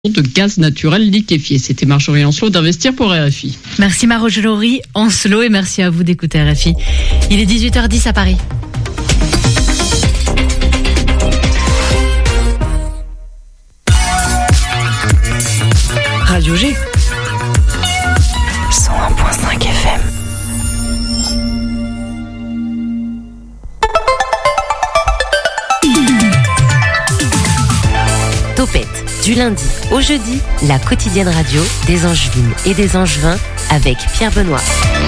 de gaz naturel liquéfié. C'était Marjorie Ancelot d'Investir pour RFI. Merci Marjorie Ancelot et merci à vous d'écouter RFI. Il est 18h10 à Paris. Radio G 101.5 FM. Topette, du lundi au jeudi, la quotidienne radio des Angevines et des Angevins avec Pierre Benoît.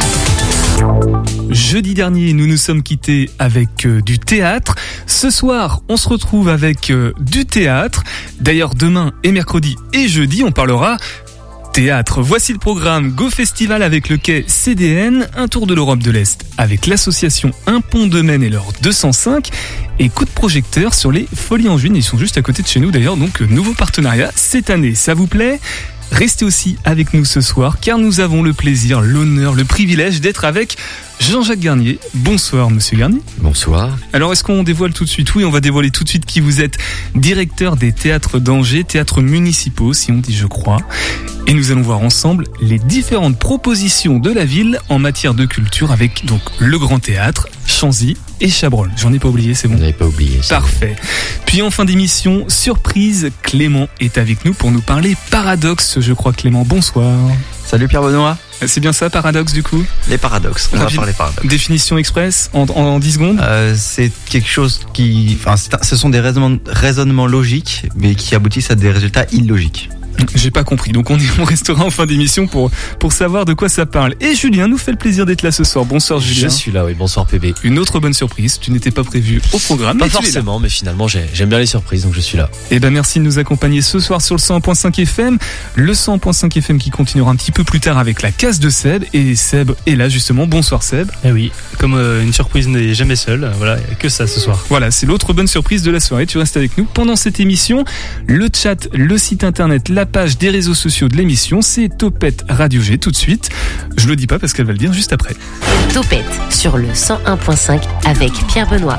Jeudi dernier, nous nous sommes quittés avec du théâtre. Ce soir, on se retrouve avec du théâtre. D'ailleurs, demain et mercredi et jeudi, on parlera théâtre. Voici le programme Go Festival avec le quai CDN, un tour de l'Europe de l'Est avec l'association Un Pont de Maine et leur 205 et coup de projecteur sur les Folies Angevines. Ils sont juste à côté de chez nous d'ailleurs, donc nouveau partenariat cette année. Ça vous plaît ? Restez aussi avec nous ce soir car nous avons le plaisir, l'honneur, le privilège d'être avec Jean-Jacques Garnier. Bonsoir Monsieur Garnier. Bonsoir. Alors est-ce qu'on dévoile tout de suite ? Oui, on va dévoiler tout de suite qui vous êtes. Directeur des théâtres d'Angers, théâtres municipaux si on dit je crois. Et nous allons voir ensemble les différentes propositions de la ville en matière de culture avec donc le Grand Théâtre, Chanzy et Chabrol. J'en ai pas oublié, c'est bon ? Vous n'avez pas oublié. Parfait. Puis en fin d'émission, surprise, Clément est avec nous pour nous parler paradoxe, je crois. Clément, bonsoir. Salut Pierre Benoît. C'est bien ça, paradoxe du coup ? Les paradoxes, on va parler paradoxes. Définition express en 10 secondes ? C'est quelque chose qui... ce sont des raisonnements logiques, mais qui aboutissent à des résultats illogiques. J'ai pas compris, donc on restera en fin d'émission pour savoir de quoi ça parle. Et Julien nous fait le plaisir d'être là ce soir. Bonsoir Julien. Je suis là, oui, bonsoir PB. Une autre bonne surprise, tu n'étais pas prévu au programme. Pas forcément, mais finalement j'aime bien les surprises, donc je suis là. Et merci de nous accompagner ce soir sur le 100.5 FM. Le 100.5 FM qui continuera un petit peu plus tard avec la case de Seb. Et Seb est là justement, bonsoir Seb. Eh oui, comme une surprise n'est jamais seule, voilà, il n'y a que ça ce soir. Voilà, c'est l'autre bonne surprise de la soirée, tu restes avec nous pendant cette émission. Le chat, le site internet, la page des réseaux sociaux de l'émission, c'est Topette Radio G tout de suite. Je le dis pas parce qu'elle va le dire juste après. Topette sur le 101.5 avec Pierre Benoît.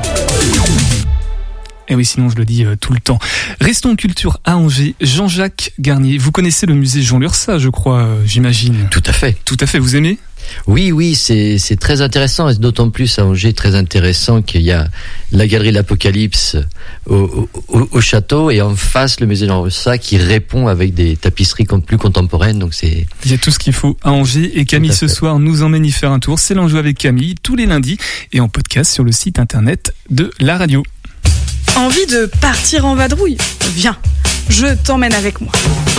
Et oui, sinon je le dis tout le temps. Restons en culture à Angers. Jean-Jacques Garnier, vous connaissez le musée Jean Lurçat, je crois, j'imagine. Tout à fait. Tout à fait, vous aimez ? Oui, c'est très intéressant, et d'autant plus à Angers, très intéressant qu'il y a la galerie L'Apocalypse au château, et en face le musée Jean Lurçat qui répond avec des tapisseries plus contemporaines. Donc c'est... Il y a tout ce qu'il faut à Angers, et Camille ce soir nous emmène y faire un tour. C'est l'enjeu avec Camille, tous les lundis, et en podcast sur le site internet de la radio. Envie de partir en vadrouille ? Viens, je t'emmène avec moi.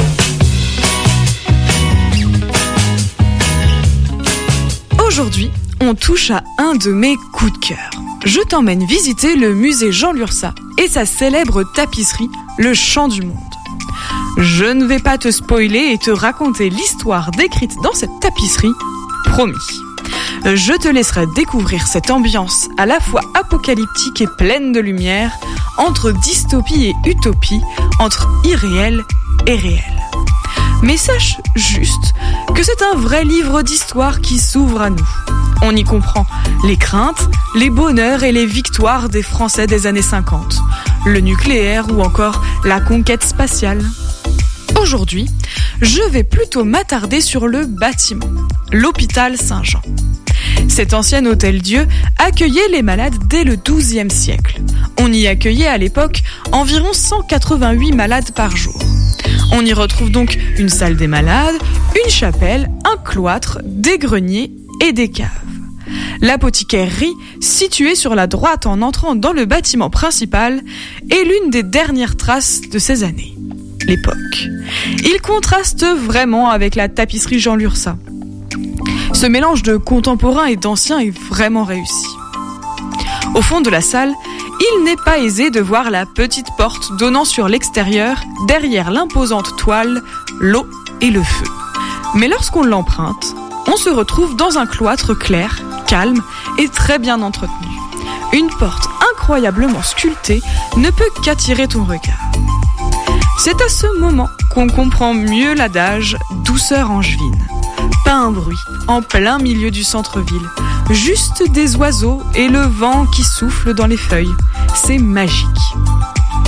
Aujourd'hui, on touche à un de mes coups de cœur. Je t'emmène visiter le musée Jean Lurçat et sa célèbre tapisserie, le Chant du Monde. Je ne vais pas te spoiler et te raconter l'histoire décrite dans cette tapisserie, promis. Je te laisserai découvrir cette ambiance à la fois apocalyptique et pleine de lumière, entre dystopie et utopie, entre irréel et réel. Mais sache juste que c'est un vrai livre d'histoire qui s'ouvre à nous. On y comprend les craintes, les bonheurs et les victoires des Français des années 50, le nucléaire ou encore la conquête spatiale. Aujourd'hui, je vais plutôt m'attarder sur le bâtiment, l'hôpital Saint-Jean. Cet ancien hôtel-Dieu accueillait les malades dès le XIIe siècle. On y accueillait à l'époque environ 188 malades par jour. On y retrouve donc une salle des malades, une chapelle, un cloître, des greniers et des caves. L'apothicairerie, située sur la droite en entrant dans le bâtiment principal, est l'une des dernières traces de ces années. L'époque. Il contraste vraiment avec la tapisserie Jean Lurçat. Ce mélange de contemporain et d'ancien est vraiment réussi. Au fond de la salle, il n'est pas aisé de voir la petite porte donnant sur l'extérieur, derrière l'imposante toile, l'eau et le feu. Mais lorsqu'on l'emprunte, on se retrouve dans un cloître clair, calme et très bien entretenu. Une porte incroyablement sculptée ne peut qu'attirer ton regard. C'est à ce moment qu'on comprend mieux l'adage « douceur angevine ». Pas un bruit, en plein milieu du centre-ville. Juste des oiseaux et le vent qui souffle dans les feuilles. C'est magique.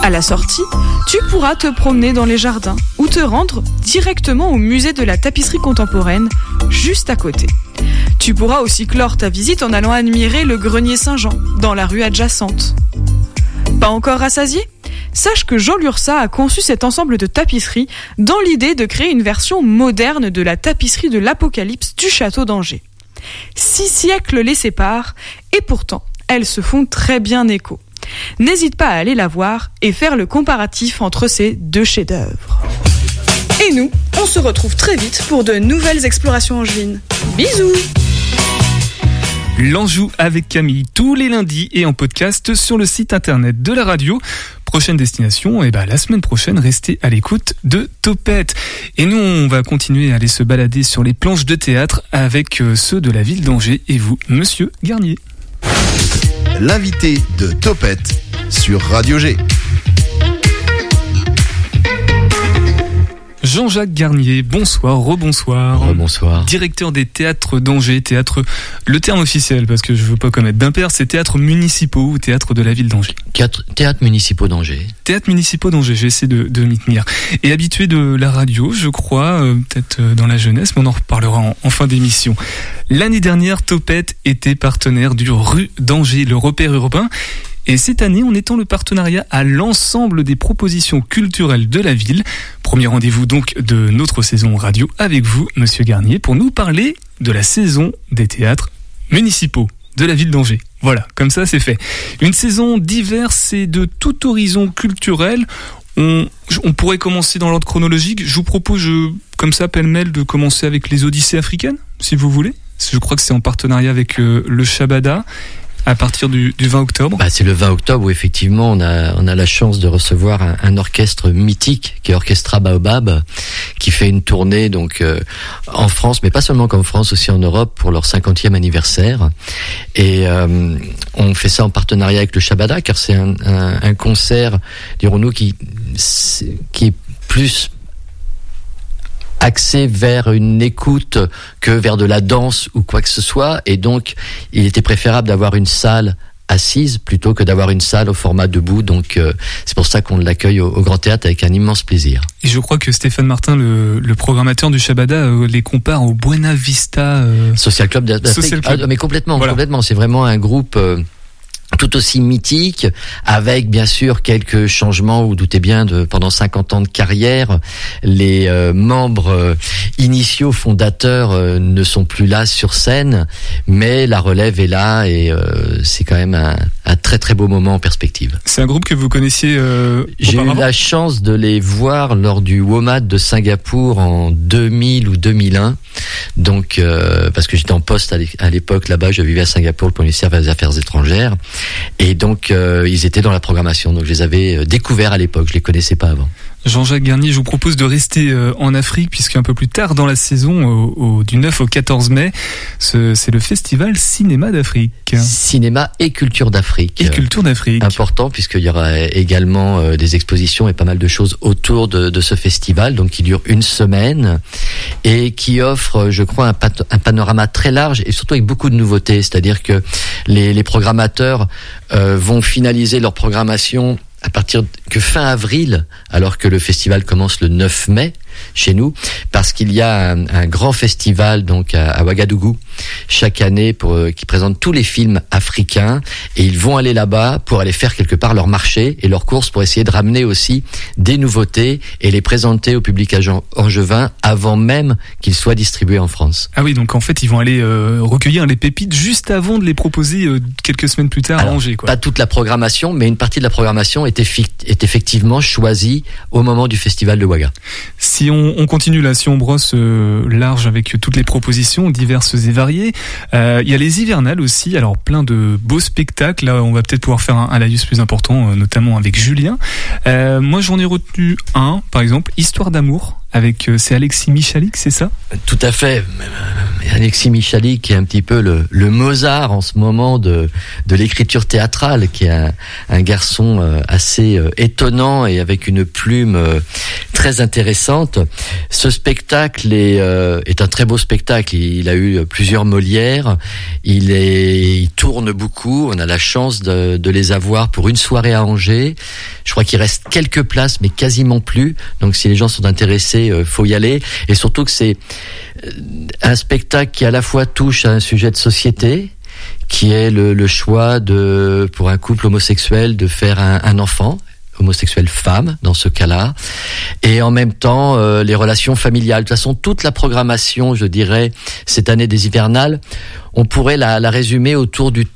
À la sortie, tu pourras te promener dans les jardins ou te rendre directement au musée de la tapisserie contemporaine, juste à côté. Tu pourras aussi clore ta visite en allant admirer le grenier Saint-Jean, dans la rue adjacente. Pas encore rassasié ? Sache que Jean Lurçat a conçu cet ensemble de tapisseries dans l'idée de créer une version moderne de la tapisserie de l'Apocalypse du château d'Angers. 6 siècles les séparent, et pourtant, elles se font très bien écho. N'hésite pas à aller la voir et faire le comparatif entre ces deux chefs-d'œuvre. Et nous, on se retrouve très vite pour de nouvelles explorations angevines. Bisous! L'Anjou avec Camille, tous les lundis et en podcast sur le site internet de la radio. Prochaine destination, la semaine prochaine, restez à l'écoute de Topette. Et nous, on va continuer à aller se balader sur les planches de théâtre avec ceux de la ville d'Angers. Et vous, Monsieur Garnier. L'invité de Topette sur Radio G. Jean-Jacques Garnier, bonsoir, rebonsoir. Rebonsoir. Directeur des théâtres d'Angers, théâtre, le terme officiel, parce que je veux pas commettre d'impair, c'est théâtres municipaux ou théâtre de la ville d'Angers. Théâtres municipaux d'Angers. Théâtres municipaux d'Angers, j'essaie de m'y tenir. Et habitué de la radio, je crois, peut-être dans la jeunesse, mais on en reparlera en fin d'émission. L'année dernière, Topette était partenaire du Rue d'Angers, le repère urbain. Et cette année, on étend le partenariat à l'ensemble des propositions culturelles de la ville. Premier rendez-vous donc de notre saison radio avec vous, Monsieur Garnier, pour nous parler de la saison des théâtres municipaux de la ville d'Angers. Voilà, comme ça c'est fait. Une saison diverse et de tout horizon culturel. On pourrait commencer dans l'ordre chronologique. Je vous propose, comme ça, pêle-mêle, de commencer avec les Odyssées africaines, si vous voulez. Je crois que c'est en partenariat avec le Shabada. À partir du 20 octobre. C'est le 20 octobre où effectivement on a la chance de recevoir un orchestre mythique qui est Orchestra Baobab, qui fait une tournée donc en France, mais pas seulement qu'en France, aussi en Europe pour leur 50e anniversaire. Et on fait ça en partenariat avec le Shabada, car c'est un concert, dirons-nous, qui est plus axé vers une écoute que vers de la danse ou quoi que ce soit, et donc il était préférable d'avoir une salle assise plutôt que d'avoir une salle au format debout, donc c'est pour ça qu'on l'accueille au Grand Théâtre avec un immense plaisir. Et je crois que Stéphane Martin, le programmateur du Shabada, les compare au Buena Vista Social Club d'Afrique. Mais complètement, c'est vraiment un groupe tout aussi mythique, avec bien sûr quelques changements. Vous doutez bien, pendant 50 ans de carrière, les membres initiaux fondateurs ne sont plus là sur scène, mais la relève est là, et c'est quand même un très très beau moment en perspective. C'est un groupe que vous connaissiez J'ai eu la chance de les voir lors du WOMAD de Singapour en 2000 ou 2001, donc parce que j'étais en poste à l'époque là-bas, je vivais à Singapour, le ministère des Affaires étrangères. Et donc ils étaient dans la programmation, donc je les avais découverts à l'époque, je les connaissais pas avant. Jean-Jacques Garnier, je vous propose de rester en Afrique, puisqu'un peu plus tard dans la saison, du 9 au 14 mai, c'est le festival Cinéma d'Afrique. Cinéma et culture d'Afrique. Et culture d'Afrique. Important, puisqu'il y aura également des expositions et pas mal de choses autour de ce festival, donc qui dure une semaine et qui offre, je crois, un panorama très large et surtout avec beaucoup de nouveautés. C'est-à-dire que les programmateurs vont finaliser leur programmation à partir que fin avril, alors que le festival commence le 9 mai chez nous, parce qu'il y a un grand festival donc à Ouagadougou chaque année qui présente tous les films africains, et ils vont aller là-bas pour aller faire quelque part leur marché et leur course pour essayer de ramener aussi des nouveautés et les présenter au public angevin avant même qu'ils soient distribués en France. Ah oui, donc en fait ils vont aller recueillir les pépites juste avant de les proposer quelques semaines plus tard à Angers, quoi. Pas toute la programmation, mais une partie de la programmation est effectivement choisie au moment du festival de Ouaga. Si on continue là, si on brosse large avec toutes les propositions diverses et variées, il y a les hivernales aussi, alors plein de beaux spectacles. Là on va peut-être pouvoir faire un laïus plus important, notamment avec Julien. Moi j'en ai retenu un, par exemple, Histoire d'amour, avec c'est Alexis Michalik, c'est ça? Tout à fait. Alexis Michalik qui est un petit peu le Mozart en ce moment de l'écriture théâtrale, qui est un garçon assez étonnant et avec une plume très intéressante. Ce spectacle est un très beau spectacle. Il a eu plusieurs Molières. Il tourne beaucoup. On a la chance de les avoir pour une soirée à Angers. Je crois qu'il reste quelques places, mais quasiment plus. Donc si les gens sont intéressés, faut y aller. Et surtout que c'est un spectacle qui à la fois touche à un sujet de société, qui est le choix pour un couple homosexuel de faire un enfant, homosexuel femme dans ce cas-là, et en même temps les relations familiales. De toute façon, toute la programmation, je dirais, cette année des hivernales, on pourrait la résumer autour du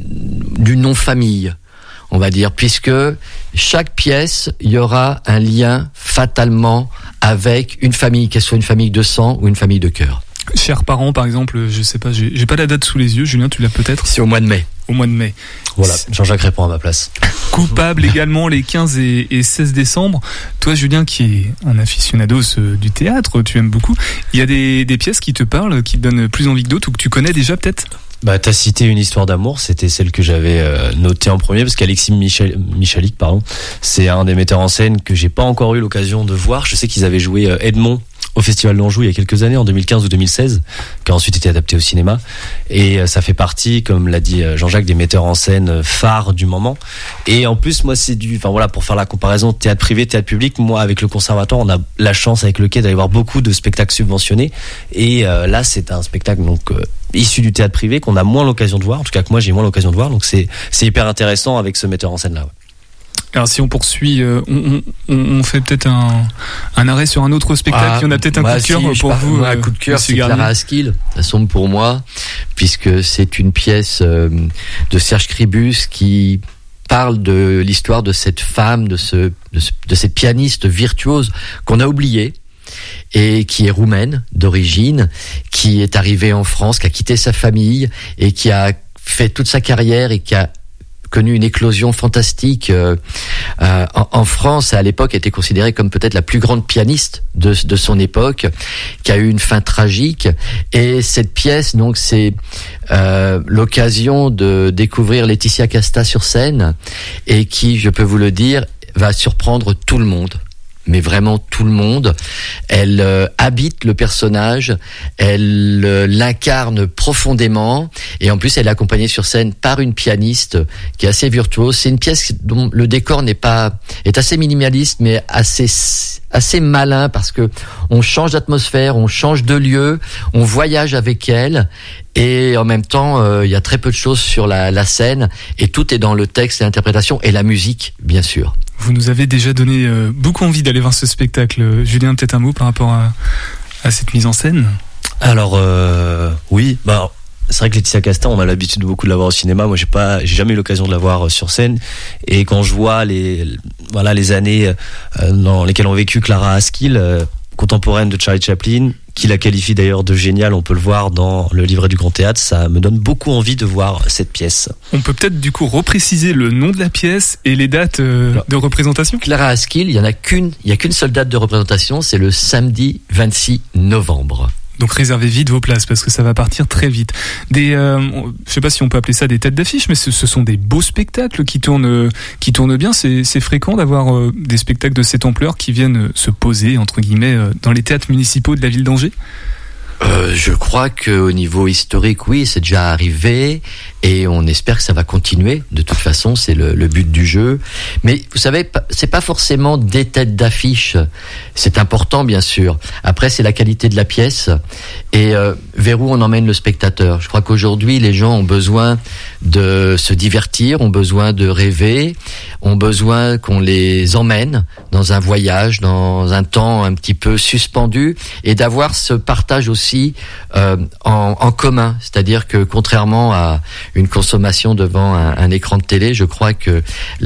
non-famille, on va dire, puisque chaque pièce, il y aura un lien fatalement avec une famille, qu'elle soit une famille de sang ou une famille de cœur. Chers parents, par exemple, je sais pas, j'ai pas la date sous les yeux. Julien, tu l'as peut-être? C'est au mois de mai. Au mois de mai. Voilà, Jean-Jacques répond à ma place. Coupable également les 15 et 16 décembre. Toi, Julien, qui est un aficionados du théâtre, tu aimes beaucoup. Il y a des pièces qui te parlent, qui te donnent plus envie que d'autres, ou que tu connais déjà peut-être? Bah, t'as cité Une histoire d'amour, c'était celle que j'avais notée en premier, parce qu'Alexis Michalik, c'est un des metteurs en scène que j'ai pas encore eu l'occasion de voir. Je sais qu'ils avaient joué Edmond au Festival d'Anjou il y a quelques années, en 2015 ou 2016, qui a ensuite été adapté au cinéma. Et ça fait partie, comme l'a dit Jean-Jacques, des metteurs en scène phares du moment. Et en plus, moi, pour faire la comparaison théâtre privé, théâtre public, moi, avec le conservatoire, on a la chance avec le Quai d'aller voir beaucoup de spectacles subventionnés. Et là, c'est un spectacle issu du théâtre privé qu'on a moins l'occasion de voir. En tout cas, que moi, j'ai moins l'occasion de voir. Donc, c'est hyper intéressant avec ce metteur en scène-là. Ouais. Alors si on poursuit, on fait peut-être un arrêt sur un autre spectacle. Il y en a peut-être un coup de cœur pour vous. Un coup de cœur, c'est Clara Askill. De toute façon, pour moi, puisque c'est une pièce de Serge Cribus qui parle de l'histoire de cette femme, de cette pianiste virtuose qu'on a oubliée, et qui est roumaine d'origine, qui est arrivée en France, qui a quitté sa famille et qui a fait toute sa carrière et qui a connu une éclosion fantastique en France. À l'époque, elle était considérée comme peut-être la plus grande pianiste de son époque, qui a eu une fin tragique. Et cette pièce, donc, c'est l'occasion de découvrir Laetitia Casta sur scène, et qui, je peux vous le dire, va surprendre tout le monde. Mais vraiment tout le monde. Elle habite le personnage, elle l'incarne profondément, et en plus elle est accompagnée sur scène par une pianiste qui est assez virtuose. C'est une pièce dont le décor est assez minimaliste, mais assez malin, parce que on change d'atmosphère, on change de lieu, on voyage avec elle, et en même temps il y a très peu de choses sur la scène, et tout est dans le texte et l'interprétation et la musique, bien sûr. Vous nous avez déjà donné beaucoup envie d'aller voir ce spectacle. Julien, peut-être un mot par rapport à cette mise en scène? Alors oui, c'est vrai que Laetitia Casta, on a l'habitude beaucoup de la voir au cinéma. Moi, j'ai jamais eu l'occasion de la voir sur scène. Et quand je vois les années dans lesquelles ont vécu Clara Askill, contemporaine de Charlie Chaplin, qui la qualifie d'ailleurs de géniale, on peut le voir dans le livret du Grand Théâtre, ça me donne beaucoup envie de voir cette pièce. On peut peut-être du coup repréciser le nom de la pièce et les dates de représentation? Clara Askill, il y a qu'une seule date de représentation, c'est le samedi 26 novembre. Donc réservez vite vos places, parce que ça va partir très vite. Je sais pas si on peut appeler ça des têtes d'affiche, mais ce sont des beaux spectacles qui tournent bien. C'est fréquent d'avoir des spectacles de cette ampleur qui viennent se poser, entre guillemets, dans les théâtres municipaux de la ville d'Angers. Je crois qu'au niveau historique, oui, c'est déjà arrivé, et on espère que ça va continuer. De toute façon, c'est le but du jeu. Mais vous savez, c'est pas forcément des têtes d'affiche. C'est important, bien sûr. Après, c'est la qualité de la pièce et vers où on emmène le spectateur. Je crois qu'aujourd'hui, les gens ont besoin de se divertir, ont besoin de rêver, ont besoin qu'on les emmène dans un voyage, dans un temps un petit peu suspendu, et d'avoir ce partage aussi en commun. C'est-à-dire que contrairement à une consommation devant un écran de télé, je crois que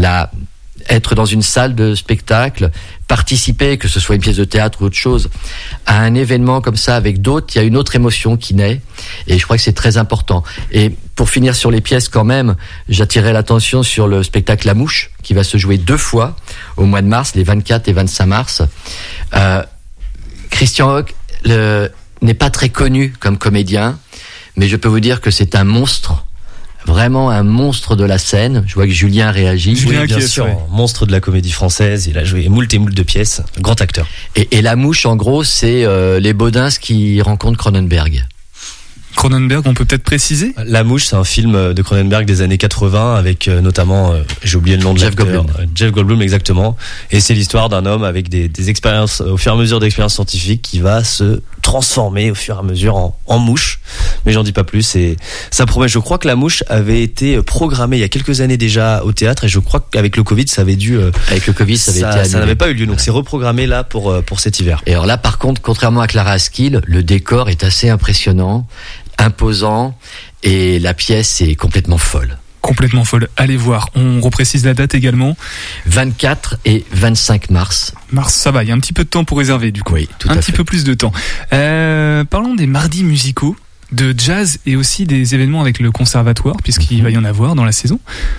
être dans une salle de spectacle, participer, que ce soit une pièce de théâtre ou autre chose, à un événement comme ça avec d'autres, il y a une autre émotion qui naît, et je crois que c'est très important. Et pour finir sur les pièces quand même, j'attirerai l'attention sur le spectacle La Mouche, qui va se jouer 2 fois au mois de mars, les 24 et 25 mars. Christian Hock n'est pas très connu comme comédien, mais je peux vous dire que c'est un monstre. Vraiment un monstre de la scène. Je vois que Julien réagit. Oui, bien sûr, monstre de la comédie française. Il a joué moult et moult de pièces. Grand acteur. Et La Mouche, en gros, c'est les Baudins qui rencontrent Cronenberg. Cronenberg, on peut peut-être préciser ? La Mouche, c'est un film de Cronenberg des années 80 avec notamment, j'ai oublié le nom de l'acteur, Jeff Goldblum, exactement. Et c'est l'histoire d'un homme avec des expériences, au fur et à mesure d'expériences scientifiques, qui va se transformer au fur et à mesure en mouche. Mais j'en dis pas plus. Et ça promet. Je crois que La Mouche avait été programmée il y a quelques années déjà au théâtre, et je crois qu'avec le Covid, ça avait dû. Avec le Covid, ça avait été annulé. Ça n'avait pas eu lieu, donc c'est reprogrammé là pour cet hiver. Et alors là, par contre, contrairement à Clara Askill, le décor est assez impressionnant, imposant, et la pièce est complètement folle. Complètement folle. Allez voir. On reprécise la date également. 24 et 25 mars. Mars, ça va. Il y a un petit peu de temps pour réserver, du coup. Oui, tout à fait. Un petit peu plus de temps. Parlons des mardis musicaux, de jazz et aussi des événements avec le conservatoire, puisqu'il va y en avoir dans la saison.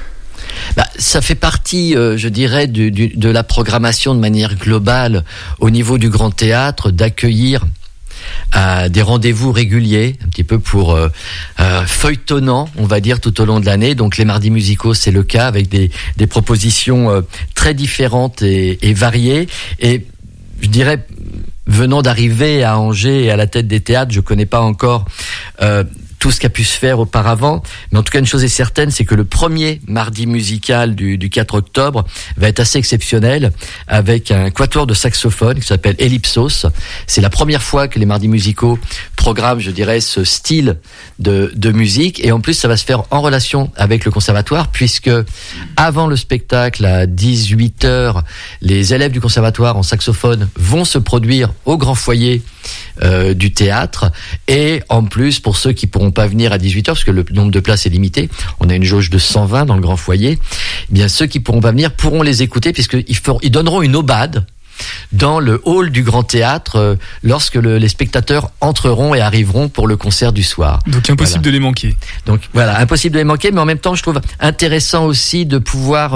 Ça fait partie, je dirais, de la programmation de manière globale au niveau du Grand Théâtre, d'accueillir des rendez-vous réguliers, un petit peu pour feuilletonnant, on va dire, tout au long de l'année. Donc les mardis musicaux, c'est le cas, avec des propositions très différentes et variées. Et je dirais, venant d'arriver à Angers et à la tête des théâtres, je connais pas encore tout ce qu'a pu se faire auparavant, mais en tout cas une chose est certaine, c'est que le premier mardi musical du 4 octobre va être assez exceptionnel, avec un quatuor de saxophone qui s'appelle Ellipsos. C'est la première fois que les mardis musicaux programment, je dirais, ce style de musique, et en plus ça va se faire en relation avec le conservatoire, puisque avant le spectacle à 18h, les élèves du conservatoire en saxophone vont se produire au grand foyer du théâtre, et en plus, pour ceux qui pourront pas venir à 18h, parce que le nombre de places est limité, on a une jauge de 120 dans le grand foyer, eh bien ceux qui pourront pas venir pourront les écouter, puisqu'ils donneront une aubade dans le hall du Grand Théâtre lorsque les spectateurs entreront et arriveront pour le concert du soir. Donc impossible de les manquer. Donc voilà, impossible de les manquer, mais en même temps je trouve intéressant aussi de pouvoir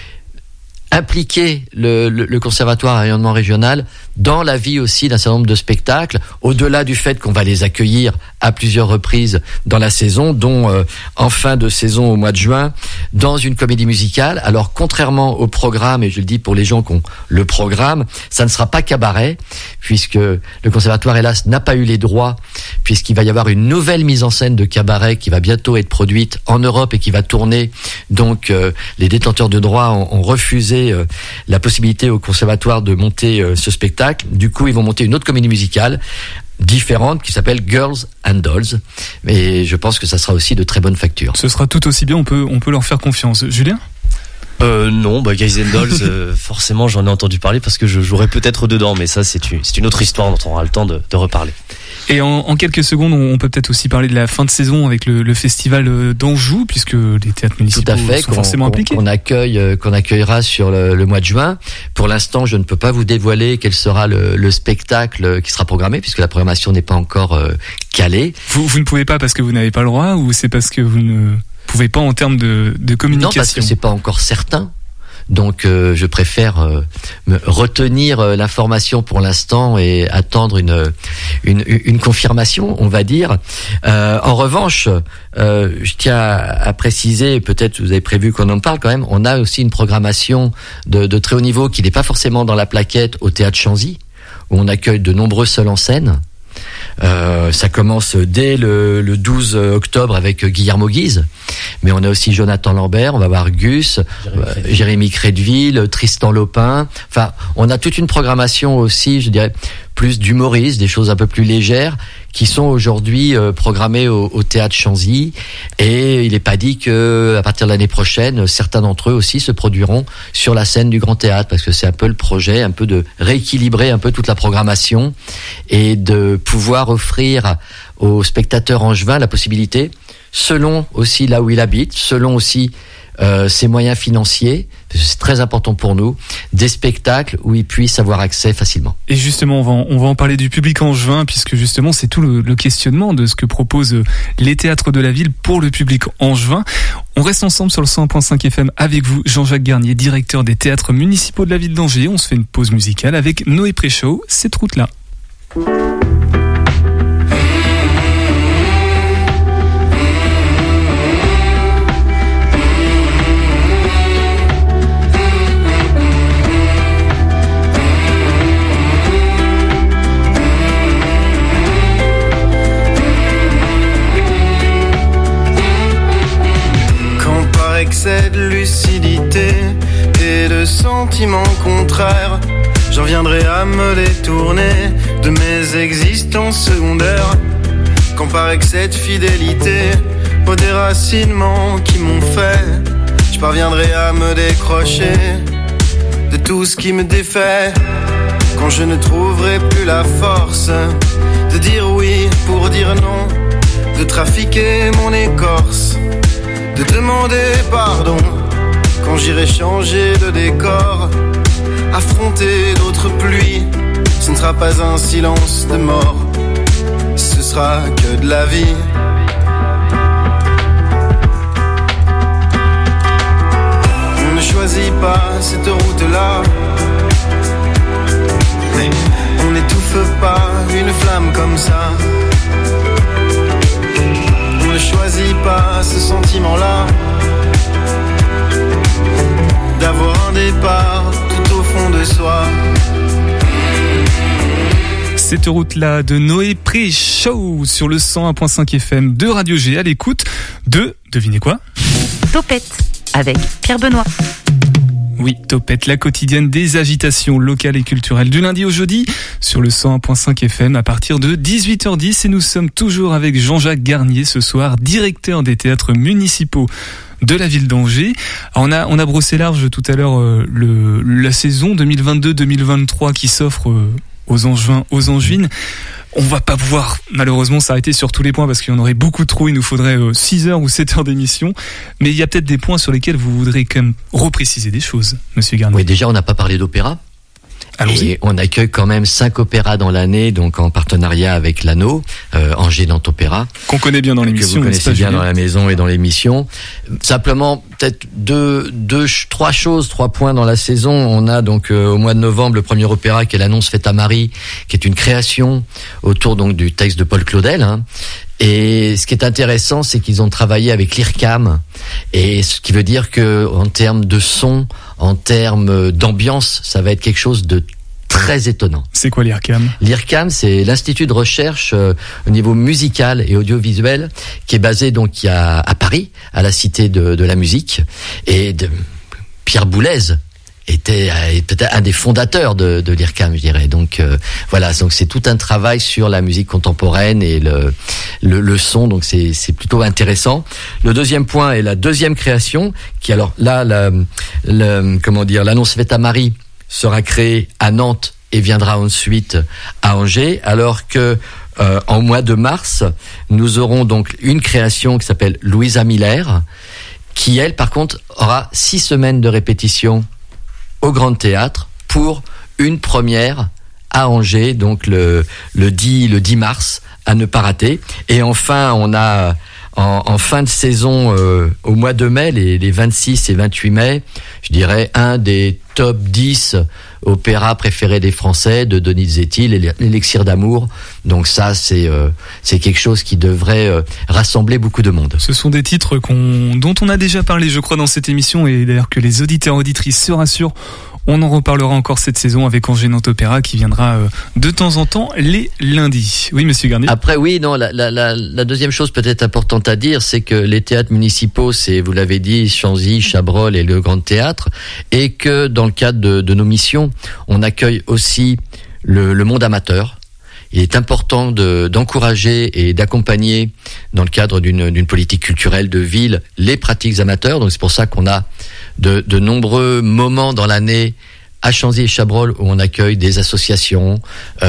impliquer le conservatoire à rayonnement régional dans la vie aussi d'un certain nombre de spectacles, au-delà du fait qu'on va les accueillir à plusieurs reprises dans la saison, dont en fin de saison au mois de juin, dans une comédie musicale. Alors contrairement au programme, et je le dis pour les gens qui ont le programme, ça ne sera pas cabaret, puisque le conservatoire, hélas, n'a pas eu les droits, puisqu'il va y avoir une nouvelle mise en scène de cabaret qui va bientôt être produite en Europe et qui va tourner. Donc les détenteurs de droits ont refusé la possibilité au conservatoire de monter ce spectacle. Du coup, ils vont monter une autre comédie musicale différente qui s'appelle Girls and Dolls, mais je pense que ça sera aussi de très bonne facture. Ce sera tout aussi bien, on peut leur faire confiance. Julien ? Non, Guys and Dolls, forcément j'en ai entendu parler parce que je jouerai peut-être dedans, mais ça c'est une autre histoire dont on aura le temps de reparler. Et en quelques secondes, on peut peut-être aussi parler de la fin de saison avec le festival d'Anjou, puisque les théâtres municipaux sont forcément impliqués. Qu'on accueillera sur le mois de juin. Pour l'instant, je ne peux pas vous dévoiler quel sera le spectacle qui sera programmé, puisque la programmation n'est pas encore calée. Vous ne pouvez pas parce que vous n'avez pas le droit, ou c'est parce que vous ne pouvez pas en termes de communication? Non, parce que c'est pas encore certain. Donc je préfère me retenir l'information pour l'instant et attendre une confirmation, on va dire. En revanche, je tiens à préciser, peut-être vous avez prévu qu'on en parle quand même, on a aussi une programmation de très haut niveau qui n'est pas forcément dans la plaquette au Théâtre Chanzy, où on accueille de nombreux seuls en scène. Ça commence dès le 12 octobre avec Guillermo Guise, mais on a aussi Jonathan Lambert, on va voir Gus, Jérémy Crédville, Tristan Lopin. Enfin, on a toute une programmation aussi, je dirais, plus d'humoristes, des choses un peu plus légères, qui sont aujourd'hui programmées au Théâtre Chanzy. Et il n'est pas dit que à partir de l'année prochaine, certains d'entre eux aussi se produiront sur la scène du Grand Théâtre, parce que c'est un peu le projet, un peu de rééquilibrer un peu toute la programmation et de pouvoir offrir aux spectateurs angevins la possibilité, selon aussi là où il habite, selon aussi ses moyens financiers, parce que c'est très important pour nous, des spectacles où ils puissent avoir accès facilement. Et justement, on va en parler du public angevin, puisque justement c'est tout le questionnement de ce que proposent les théâtres de la ville pour le public angevin. On reste ensemble sur le 101.5 FM avec vous, Jean-Jacques Garnier, directeur des théâtres municipaux de la ville d'Angers. On se fait une pause musicale avec Noé Préchaud, cette route-là. Excès de lucidité et de sentiments contraires, j'en viendrai à me détourner de mes existences secondaires. Quand par excès de fidélité aux déracinements qui m'ont fait, je parviendrai à me décrocher de tout ce qui me défait. Quand je ne trouverai plus la force de dire oui pour dire non, de trafiquer mon écorce, de demander pardon, quand j'irai changer de décor, affronter d'autres pluies, ce ne sera pas un silence de mort, ce sera que de la vie. On ne choisit pas cette route-là, mais on n'étouffe pas une flamme comme ça. On ne choisit pas ce sentiment-là, d'avoir un départ tout au fond de soi. Cette route-là de Noé Pré-Show sur le 101.5 FM de Radio G, à l'écoute de, devinez quoi ? Topette avec Pierre Benoît. Oui, Topette, la quotidienne des agitations locales et culturelles du lundi au jeudi sur le 101.5 FM à partir de 18h10 et nous sommes toujours avec Jean-Jacques Garnier ce soir, directeur des théâtres municipaux de la ville d'Angers. On a brossé large tout à l'heure la saison 2022-2023 qui s'offre aux Angevins, aux Angevines. On va pas pouvoir malheureusement s'arrêter sur tous les points parce qu'il y en aurait beaucoup trop, il nous faudrait 6 heures ou 7 heures d'émission, mais il y a peut-être des points sur lesquels vous voudrez quand même repréciser des choses, monsieur Garnier. Oui, déjà on n'a pas parlé d'opéra. Allons-y. Et on accueille quand même 5 opéras dans l'année, donc en partenariat avec l'Anneau, Angers Nantes Opéra. Qu'on connaît bien dans l'émission. Que vous connaissez bien dans la maison et dans l'émission. Simplement, peut-être 3 points dans la saison. On a donc au mois de novembre le premier opéra qui est l'Annonce faite à Marie, qui est une création autour donc du texte de Paul Claudel, hein. Et ce qui est intéressant, c'est qu'ils ont travaillé avec l'IRCAM, et ce qui veut dire que en termes de son, en termes d'ambiance, ça va être quelque chose de très étonnant. C'est quoi l'IRCAM ? L'IRCAM, c'est l'Institut de recherche au niveau musical et audiovisuel qui est basé donc à Paris, à la Cité de la musique, et Pierre Boulez était peut-être un des fondateurs de l'IRCAM, je dirais. Donc voilà, donc c'est tout un travail sur la musique contemporaine et le son, donc c'est plutôt intéressant. Le deuxième point est la deuxième création, qui alors là l'Annonce faite à Marie sera créée à Nantes et viendra ensuite à Angers, alors que en mois de mars, nous aurons donc une création qui s'appelle Louisa Miller, qui elle par contre aura 6 semaines de répétition au Grand Théâtre pour une première à Angers, donc le 10 mars, à ne pas rater. Et enfin, on a en fin de saison, au mois de mai, les 26 et 28 mai, je dirais un des top 10 opéras préférés des Français, de Donizetti, l'Élixir d'amour. Donc ça, c'est quelque chose qui devrait rassembler beaucoup de monde. Ce sont des titres dont on a déjà parlé, je crois, dans cette émission, et d'ailleurs que les auditeurs auditrices se rassurent. On en reparlera encore cette saison avec Angers Nantes Opéra qui viendra de temps en temps les lundis. Oui, monsieur Garnier. Après, oui, non, la deuxième chose peut-être importante à dire, c'est que les théâtres municipaux, c'est, vous l'avez dit, Chanzy, Chabrol et le Grand Théâtre, et que dans le cadre de nos missions, on accueille aussi le monde amateur. Il est important d'encourager et d'accompagner, dans le cadre d'une politique culturelle de ville, les pratiques amateurs. Donc c'est pour ça qu'on a de nombreux moments dans l'année à Chanzy et Chabrol où on accueille des associations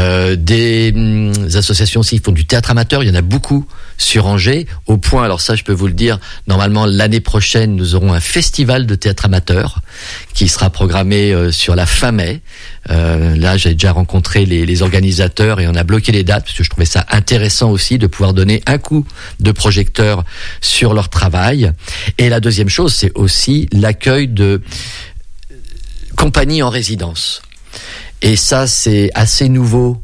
aussi qui font du théâtre amateur. Il y en a beaucoup sur Angers, au point, alors ça je peux vous le dire, normalement l'année prochaine nous aurons un festival de théâtre amateur qui sera programmé sur la fin mai. Là j'ai déjà rencontré les organisateurs et on a bloqué les dates parce que je trouvais ça intéressant aussi de pouvoir donner un coup de projecteur sur leur travail. Et la deuxième chose, c'est aussi l'accueil de compagnies en résidence. Et ça, c'est assez nouveau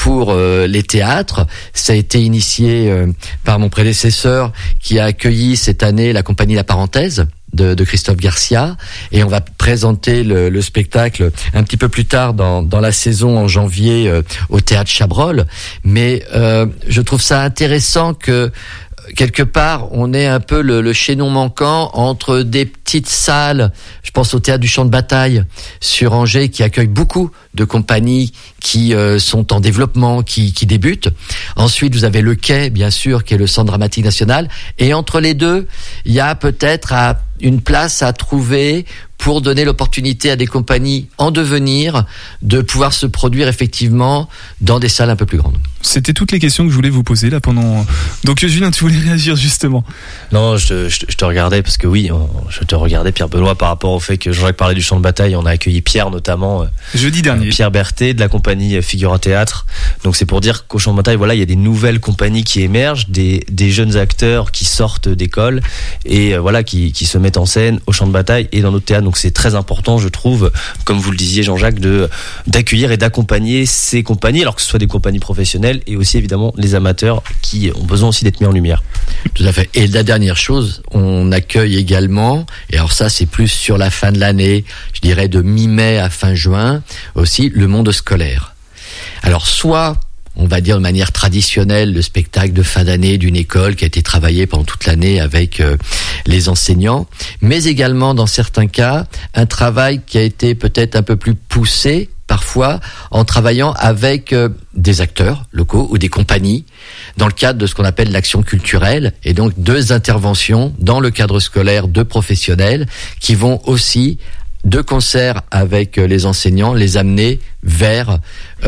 pour les théâtres. Ça a été initié par mon prédécesseur qui a accueilli cette année la compagnie La Parenthèse de Christophe Garcia, et on va présenter le spectacle un petit peu plus tard dans la saison en janvier au théâtre Chabrol. Mais je trouve ça intéressant que quelque part, on est un peu le chaînon manquant entre des petites salles. Je pense au théâtre du Champ de Bataille sur Angers qui accueille beaucoup de compagnies qui sont en développement, qui débutent. Ensuite, vous avez le Quai, bien sûr, qui est le Centre dramatique national. Et entre les deux, il y a peut-être une place à trouver pour donner l'opportunité à des compagnies en devenir de pouvoir se produire effectivement dans des salles un peu plus grandes. C'était toutes les questions que je voulais vous poser là pendant... Donc Julien, tu voulais réagir justement? Non, je te regardais parce que oui, je te regardais Pierre Benoît par rapport au fait que Jean-Jacques parlait du Champ de Bataille. On a accueilli Pierre notamment. Jeudi dernier. Pierre Berthet de la compagnie Figura Théâtre. Donc c'est pour dire qu'au Champ de Bataille, voilà, il y a des nouvelles compagnies qui émergent, des jeunes acteurs qui sortent d'école et voilà, qui se mettent en scène au Champ de Bataille et dans notre théâtre. Donc c'est très important, je trouve, comme vous le disiez Jean-Jacques, d'accueillir et d'accompagner ces compagnies, alors que ce soit des compagnies professionnelles et aussi évidemment les amateurs qui ont besoin aussi d'être mis en lumière. Tout à fait. Et la dernière chose, on accueille également, et alors ça c'est plus sur la fin de l'année, je dirais de mi-mai à fin juin, aussi le monde scolaire. Alors soit on va dire de manière traditionnelle, le spectacle de fin d'année d'une école qui a été travaillé pendant toute l'année avec les enseignants, mais également dans certains cas, un travail qui a été peut-être un peu plus poussé parfois en travaillant avec des acteurs locaux ou des compagnies dans le cadre de ce qu'on appelle l'action culturelle, et donc 2 interventions dans le cadre scolaire de professionnels qui vont aussi de concert avec les enseignants, les amener vers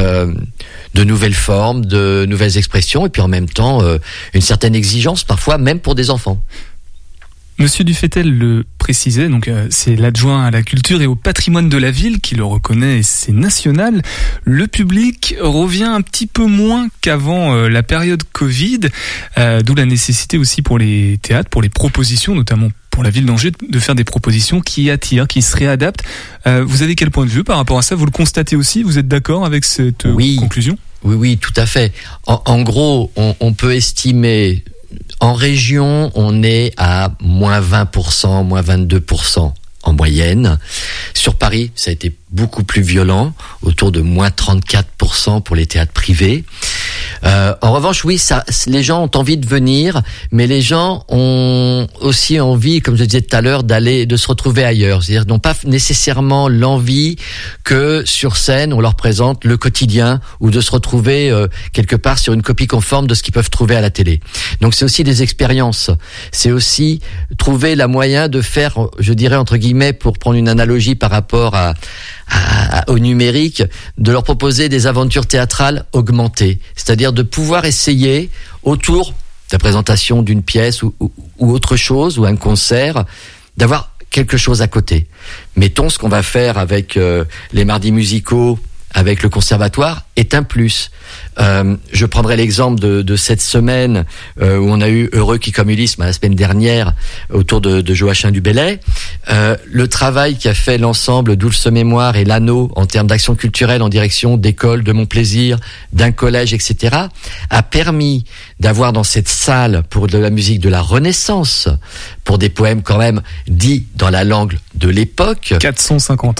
de nouvelles formes, de nouvelles expressions, et puis en même temps une certaine exigence parfois même pour des enfants. Monsieur Dufetel le précisait, donc c'est l'adjoint à la culture et au patrimoine de la ville qui le reconnaît, et c'est national. Le public revient un petit peu moins qu'avant la période Covid, d'où la nécessité aussi pour les théâtres, pour les propositions, notamment pour la ville d'Angers, de faire des propositions qui attirent, qui se réadaptent. Vous avez quel point de vue par rapport à ça? Vous le constatez aussi? Vous êtes d'accord avec cette conclusion? Oui, tout à fait. En gros, on peut estimer... En région, on est à moins 20%, moins 22% en moyenne. Sur Paris, ça a été beaucoup plus violent, autour de moins 34% pour les théâtres privés. En revanche, oui, les gens ont envie de venir, mais les gens ont aussi envie, comme je disais tout à l'heure, de se retrouver ailleurs. C'est-à-dire, n'ont pas nécessairement l'envie que sur scène, on leur présente le quotidien ou de se retrouver quelque part sur une copie conforme de ce qu'ils peuvent trouver à la télé. Donc, c'est aussi des expériences. C'est aussi trouver la moyen de faire, je dirais, entre guillemets, pour prendre une analogie par rapport au numérique, de leur proposer des aventures théâtrales augmentées, c'est-à-dire de pouvoir essayer autour de la présentation d'une pièce ou autre chose, ou un concert, d'avoir quelque chose à côté. Mettons ce qu'on va faire avec les mardis musicaux, avec le conservatoire, est un plus. Je prendrai l'exemple de cette semaine où on a eu Heureux qui comme Ulysse la semaine dernière autour de Joachim du Bellay. Le travail qu'a fait l'ensemble Douce Mémoire et l'Anneau en termes d'action culturelle en direction d'écoles, de Mon Plaisir, d'un collège, etc., a permis d'avoir dans cette salle pour de la musique de la Renaissance, pour des poèmes quand même dits dans la langue de l'époque. 450 ans.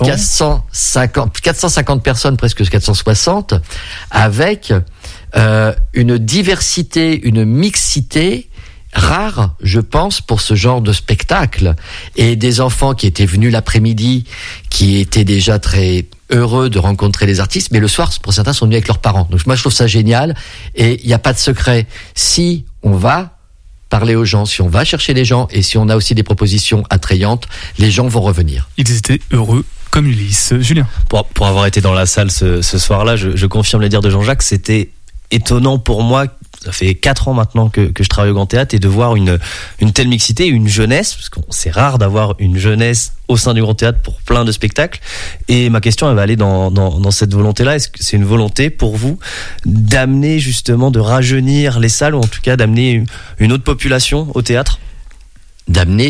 450 personnes, presque 460, avec une diversité, une mixité rare, je pense, pour ce genre de spectacle. Et des enfants qui étaient venus l'après-midi, qui étaient déjà très heureux de rencontrer les artistes, mais le soir, pour certains, sont venus avec leurs parents. Donc moi, je trouve ça génial. Et il n'y a pas de secret. Si on va parler aux gens, si on va chercher les gens, et si on a aussi des propositions attrayantes, les gens vont revenir. Ils étaient heureux comme Ulysse. Julien. Pour avoir été dans la salle ce soir-là, je confirme les dires de Jean-Jacques, c'était étonnant pour moi. Ça fait 4 ans maintenant que je travaille au Grand Théâtre, et de voir une telle mixité, une jeunesse, parce que c'est rare d'avoir une jeunesse au sein du Grand Théâtre pour plein de spectacles. Et ma question, elle va aller dans cette volonté-là. Est-ce que c'est une volonté pour vous d'amener justement, de rajeunir les salles, ou en tout cas d'amener une autre population au théâtre? D'amener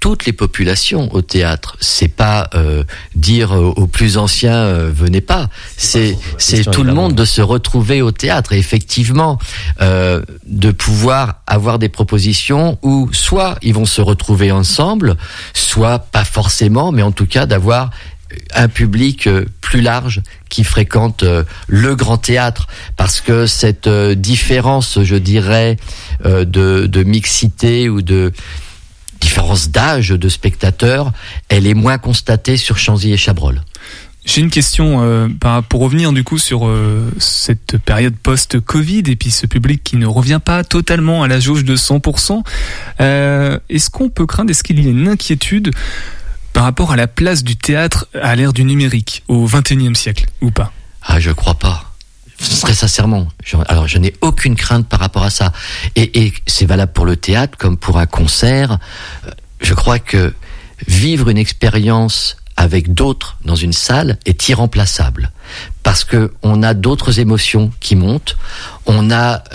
toutes les populations au théâtre. C'est pas dire aux plus anciens venez pas. C'est tout le monde de se retrouver au théâtre et effectivement de pouvoir avoir des propositions où soit ils vont se retrouver ensemble, soit pas forcément, mais en tout cas d'avoir un public plus large qui fréquente le grand théâtre, parce que cette différence, je dirais, de mixité ou de différence d'âge de spectateurs, elle est moins constatée sur Chanzy et Chabrol. J'ai une question pour revenir du coup sur cette période post-Covid et puis ce public qui ne revient pas totalement à la jauge de 100%. Est-ce qu'on peut craindre, est-ce qu'il y a une inquiétude par rapport à la place du théâtre à l'ère du numérique au XXIe siècle ou pas? Ah, je crois pas. Très sincèrement. Alors, je n'ai aucune crainte par rapport à ça. Et c'est valable pour le théâtre comme pour un concert. Je crois que vivre une expérience avec d'autres dans une salle est irremplaçable. Parce que on a d'autres émotions qui montent. On a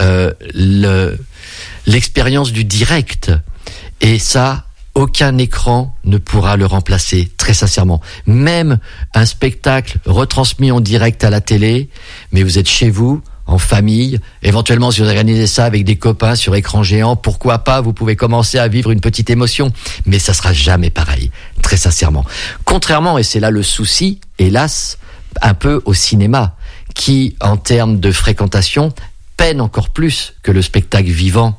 l'expérience du direct. Et ça, aucun écran ne pourra le remplacer, très sincèrement. Même un spectacle retransmis en direct à la télé, mais vous êtes chez vous, en famille, éventuellement si vous organisez ça avec des copains sur écran géant, pourquoi pas, vous pouvez commencer à vivre une petite émotion, mais ça sera jamais pareil, très sincèrement. Contrairement, et c'est là le souci, hélas, un peu au cinéma, qui, en termes de fréquentation, peine encore plus que le spectacle vivant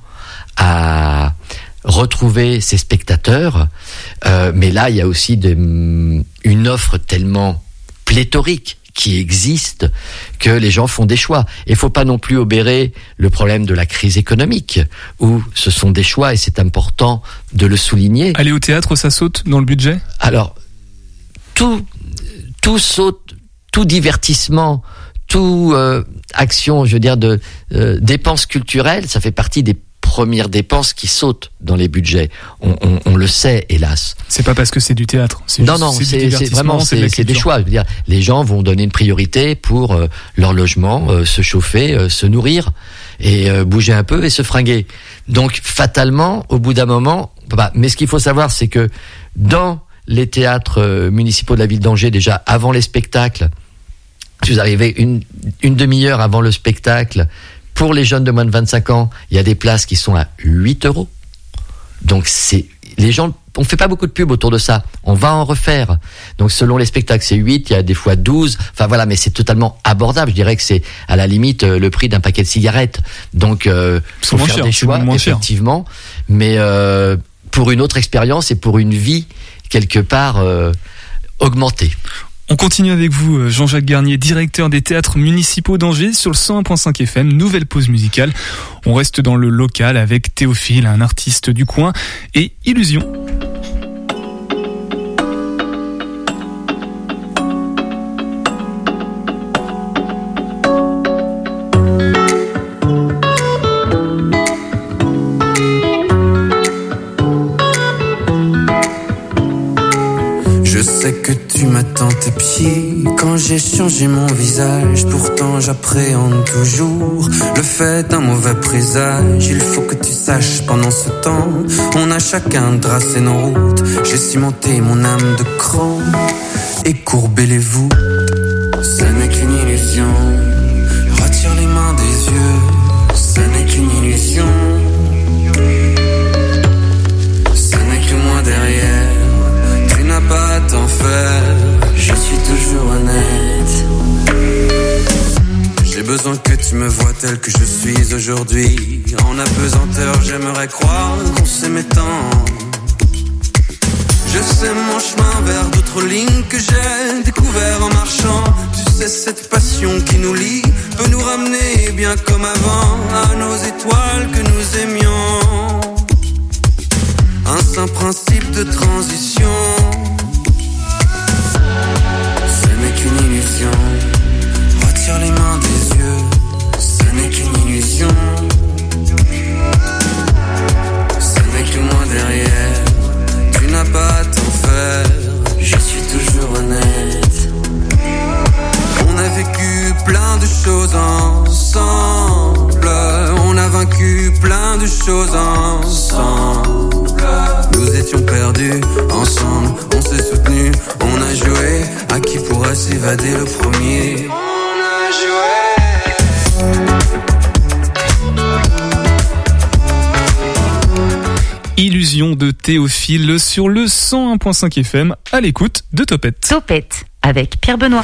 à retrouver ses spectateurs, mais là il y a aussi une offre tellement pléthorique qui existe que les gens font des choix. Et il faut pas non plus obérer le problème de la crise économique, où ce sont des choix et c'est important de le souligner. Aller au théâtre, ça saute dans le budget ? Alors, tout saute, tout divertissement, tout action, je veux dire, de dépenses culturelles, ça fait partie des premières dépenses qui sautent dans les budgets. On le sait, hélas. C'est pas parce que c'est du théâtre. C'est vraiment des choix. Je veux dire, les gens vont donner une priorité pour leur logement, se chauffer, se nourrir et bouger un peu et se fringuer. Donc, fatalement, au bout d'un moment, mais ce qu'il faut savoir, c'est que dans les théâtres municipaux de la ville d'Angers, déjà avant les spectacles, si vous arrivez une demi-heure avant le spectacle, pour les jeunes de moins de 25 ans, il y a des places qui sont à 8 €. Donc les gens, on fait pas beaucoup de pub autour de ça. On va en refaire. Donc selon les spectacles, c'est 8, il y a des fois 12. Enfin voilà, mais c'est totalement abordable. Je dirais que c'est à la limite le prix d'un paquet de cigarettes. Donc faut faire des choix, effectivement. Mais pour une autre expérience et pour une vie quelque part augmentée. On continue avec vous, Jean-Jacques Garnier, directeur des théâtres municipaux d'Angers, sur le 101.5 FM, nouvelle pause musicale. On reste dans le local avec Théophile, un artiste du coin, et Illusion. Je sais que tu m'attends tes pieds quand j'ai changé mon visage. Pourtant j'appréhende toujours le fait d'un mauvais présage. Il faut que tu saches, pendant ce temps, on a chacun tracé nos routes. J'ai cimenté mon âme de cran et courbé les voûtes. Ce n'est qu'une illusion. Retire les mains des yeux. Ce n'est qu'une illusion. Ce n'est que moi derrière. Pas à t'en faire, je suis toujours honnête. J'ai besoin que tu me vois tel que je suis aujourd'hui. En apesanteur, j'aimerais croire qu'on s'aimait tant. Je sais mon chemin vers d'autres lignes que j'ai découvert en marchant. Tu sais, cette passion qui nous lie peut nous ramener bien comme avant à nos étoiles que nous aimions. Un saint principe de transition. Qu'une illusion, retire les mains des yeux, ce n'est qu'une illusion. Ce n'est que moi derrière, tu n'as pas à t'en faire, je suis toujours honnête. On a vécu plein de choses ensemble, on a vaincu plein de choses ensemble. Nous étions perdus perdu. Ensemble, on s'est soutenu, on a joué. À qui pourra s'évader le premier? On a joué. Illusion de Théophile sur le 101.5 FM à l'écoute de Topette. Topette avec Pierre Benoît.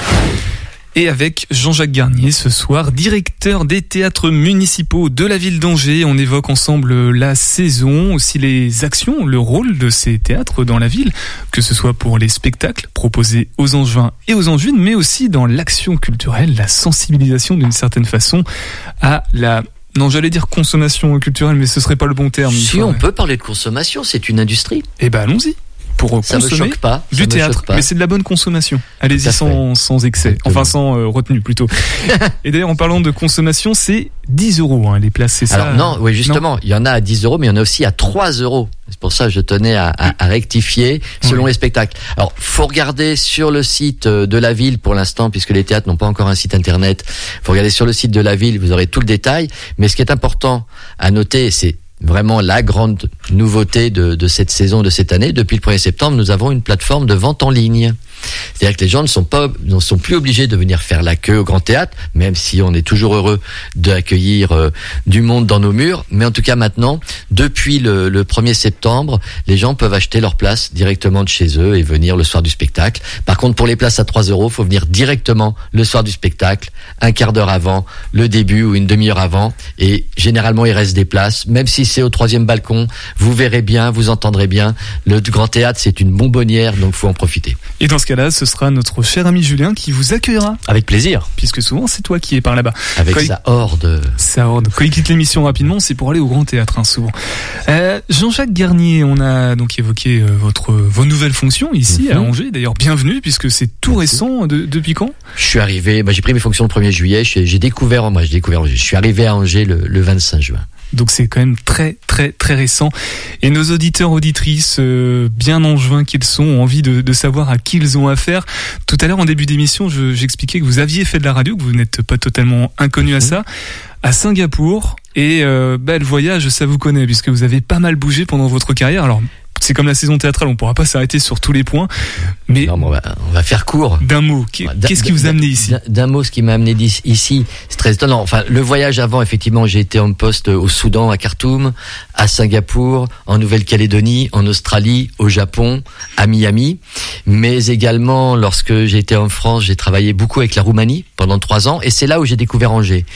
Et avec Jean-Jacques Garnier ce soir, directeur des théâtres municipaux de la ville d'Angers. On évoque ensemble la saison, aussi les actions, le rôle de ces théâtres dans la ville, que ce soit pour les spectacles proposés aux Angevins et aux Angevines, mais aussi dans l'action culturelle, la sensibilisation d'une certaine façon à la... Non, j'allais dire consommation culturelle, mais ce serait pas le bon terme. Si on peut parler de consommation, c'est une industrie. Eh ben allons-y. Pour ça consommer me choque pas, du théâtre, mais c'est de la bonne consommation. Allez-y sans excès, exactement. Enfin sans retenue plutôt. Et d'ailleurs, en parlant de consommation, c'est 10 € les places, c'est ça? Alors non, oui justement, il y en a à 10 €, mais il y en a aussi à 3 €. C'est pour ça que je tenais à rectifier selon les spectacles. Alors, faut regarder sur le site de la ville pour l'instant, puisque les théâtres n'ont pas encore un site internet. Faut regarder sur le site de la ville, vous aurez tout le détail. Mais ce qui est important à noter, c'est vraiment la grande nouveauté de cette saison, de cette année. Depuis le 1er septembre, nous avons une plateforme de vente en ligne. C'est-à-dire que les gens ne sont plus obligés de venir faire la queue au Grand Théâtre, même si on est toujours heureux d'accueillir du monde dans nos murs. Mais en tout cas maintenant, depuis le 1er septembre, les gens peuvent acheter leur place directement de chez eux et venir le soir du spectacle. Par contre, pour les places à 3 €, faut venir directement le soir du spectacle, un quart d'heure avant le début ou une demi-heure avant. Et généralement, il reste des places. Même si c'est au 3e balcon, vous verrez bien, vous entendrez bien. Le Grand Théâtre, c'est une bonbonnière, donc faut en profiter. Et dans ce cas-là, ce sera notre cher ami Julien qui vous accueillera. Avec plaisir. Puisque souvent, c'est toi qui es par là-bas. Avec sa horde. Quand il quitte l'émission rapidement, c'est pour aller au Grand Théâtre, souvent. Jean-Jacques Garnier, on a donc évoqué vos nouvelles fonctions ici à Angers. D'ailleurs, bienvenue, puisque c'est tout récent. Depuis quand? Je suis arrivé, j'ai pris mes fonctions le 1er juillet. J'ai découvert, je suis arrivé à Angers le 25 juin. Donc c'est quand même très très très récent. Et nos auditeurs, auditrices, bien angevins qu'ils sont, ont envie de savoir à qui ils ont affaire. Tout à l'heure en début d'émission, j'expliquais que vous aviez fait de la radio, que vous n'êtes pas totalement inconnu à ça, à Singapour. Et le voyage, ça vous connaît, puisque vous avez pas mal bougé pendant votre carrière. Alors c'est comme la saison théâtrale, on pourra pas s'arrêter sur tous les points. Mais non, on va faire court. D'un mot, qu'est-ce qui vous a amené ici? D'un mot, ce qui m'a amené ici, c'est très étonnant. Enfin, le voyage avant, effectivement, j'ai été en poste au Soudan, à Khartoum, à Singapour, en Nouvelle-Calédonie, en Australie, au Japon, à Miami. Mais également, lorsque j'ai été en France, j'ai travaillé beaucoup avec la Roumanie pendant 3 ans. Et c'est là où j'ai découvert Angers.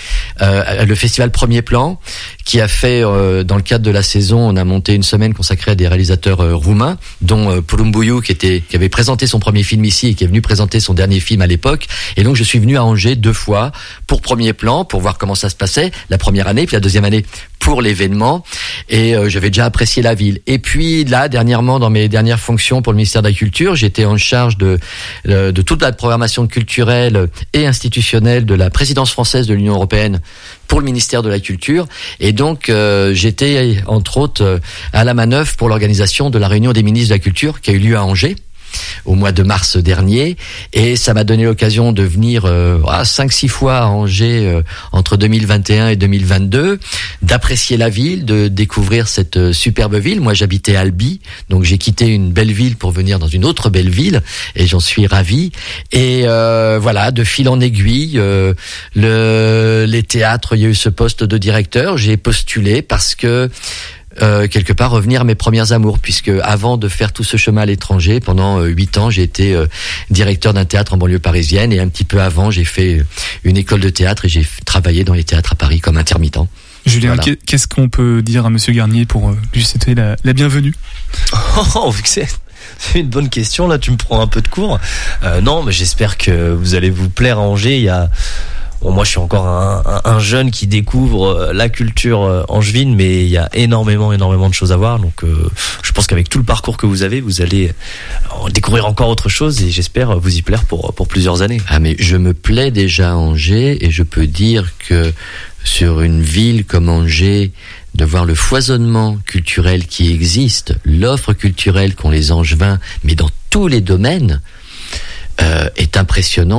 Le festival Premier Plan, qui a fait, dans le cadre de la saison, on a monté une semaine consacrée à des réalisateurs roumains, dont Pulumbuiu qui avait présenté son premier film ici et qui est venu présenter son dernier film à l'époque. Et donc je suis venu à Angers 2 fois pour Premier Plan, pour voir comment ça se passait la première année, puis la deuxième année pour l'événement. Et j'avais déjà apprécié la ville. Et puis là, dernièrement, dans mes dernières fonctions pour le ministère de la Culture, j'étais en charge de toute la programmation culturelle et institutionnelle de la présidence française de l'Union européenne pour le ministère de la Culture. Et donc j'étais entre autres à la manœuvre pour l'organisation de la réunion des ministres de la Culture qui a eu lieu à Angers au mois de mars dernier, et ça m'a donné l'occasion de venir 5-6 fois à Angers entre 2021 et 2022, d'apprécier la ville, de découvrir cette superbe ville. Moi j'habitais à Albi, donc j'ai quitté une belle ville pour venir dans une autre belle ville, et j'en suis ravi. Et voilà, de fil en aiguille, les théâtres, il y a eu ce poste de directeur, j'ai postulé parce que quelque part revenir à mes premières amours, puisque avant de faire tout ce chemin à l'étranger, pendant 8 ans, j'ai été directeur d'un théâtre en banlieue parisienne, et un petit peu avant, j'ai fait une école de théâtre et j'ai travaillé dans les théâtres à Paris comme intermittent. Julien, voilà. Qu'est-ce qu'on peut dire à Monsieur Garnier pour lui souhaiter la bienvenue? C'est une bonne question, là tu me prends un peu de cours. Non, mais j'espère que vous allez vous plaire à Angers. Moi, je suis encore un jeune qui découvre la culture angevine, mais il y a énormément de choses à voir. Donc, je pense qu'avec tout le parcours que vous avez, vous allez découvrir encore autre chose, et j'espère vous y plaire pour plusieurs années. Ah, mais je me plais déjà à Angers, et je peux dire que sur une ville comme Angers, de voir le foisonnement culturel qui existe, l'offre culturelle qu'ont les Angevins, mais dans tous les domaines, est impressionnante,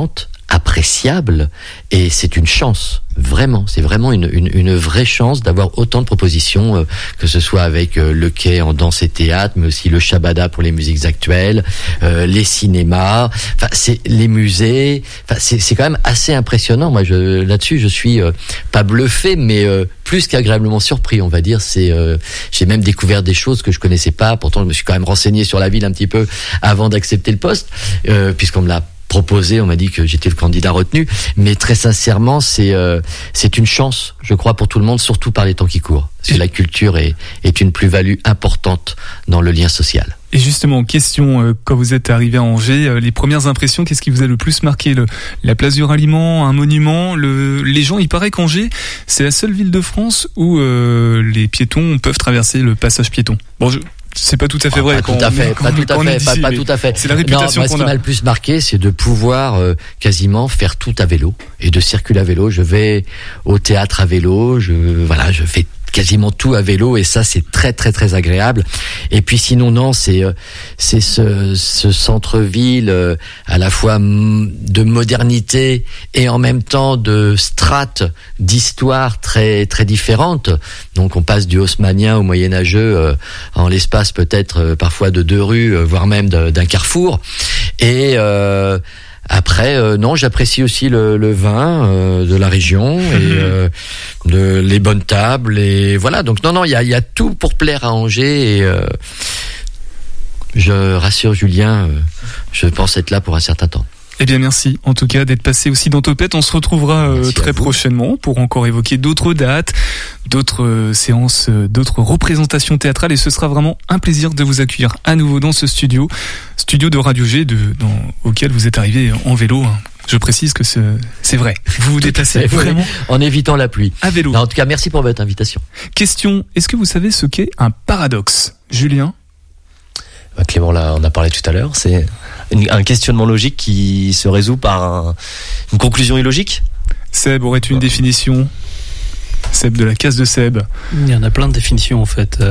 appréciable et c'est une chance. Vraiment, c'est vraiment une vraie chance d'avoir autant de propositions, que ce soit avec le Quai en danse et théâtre, mais aussi le Shabada pour les musiques actuelles, les cinémas, enfin c'est les musées, enfin c'est quand même assez impressionnant. Moi, là-dessus, je suis pas bluffé, mais plus qu'agréablement surpris, on va dire. J'ai même découvert des choses que je connaissais pas. Pourtant, je me suis quand même renseigné sur la ville un petit peu avant d'accepter le poste, puisqu'on me l'a proposé, on m'a dit que j'étais le candidat retenu, mais très sincèrement, c'est une chance, je crois, pour tout le monde, surtout par les temps qui courent. Parce que la culture est une plus-value importante dans le lien social. Et justement, question, quand vous êtes arrivé à Angers, les premières impressions, qu'est-ce qui vous a le plus marqué? La place du ralliement, un monument, les gens, il paraît qu'Angers, c'est la seule ville de France où les piétons peuvent traverser le passage piéton. Bon, c'est pas tout à fait vrai. Pas tout à fait. C'est la réputation qu'on a. Ce qui m'a le plus marqué, c'est de pouvoir quasiment faire tout à vélo et de circuler à vélo. Je vais au théâtre à vélo, je fais quasiment tout à vélo et ça c'est très très très agréable. Et puis sinon non, c'est ce centre-ville à la fois de modernité et en même temps de strates d'histoire très très différentes. Donc on passe du haussmannien au moyenâgeux en l'espace peut-être parfois de 2 rues, voire même d'un carrefour. Et après, non, j'apprécie aussi le vin de la région et les bonnes tables et voilà. Donc non, il y a tout pour plaire à Angers et je rassure Julien, je pense être là pour un certain temps. Eh bien, merci en tout cas d'être passé aussi dans Topette. On se retrouvera très prochainement pour encore évoquer d'autres dates, d'autres séances, d'autres représentations théâtrales et ce sera vraiment un plaisir de vous accueillir à nouveau dans ce studio de Radio G auquel vous êtes arrivé en vélo. Je précise que c'est vrai. Vous vous déplacez vraiment en évitant la pluie. À vélo. Non, en tout cas, merci pour votre invitation. Question, est-ce que vous savez ce qu'est un paradoxe? Julien? Clément, là, on a parlé tout à l'heure. C'est un questionnement logique qui se résout par une conclusion illogique. Seb aurait une définition. Seb de la case de Seb. Il y en a plein de définitions en fait.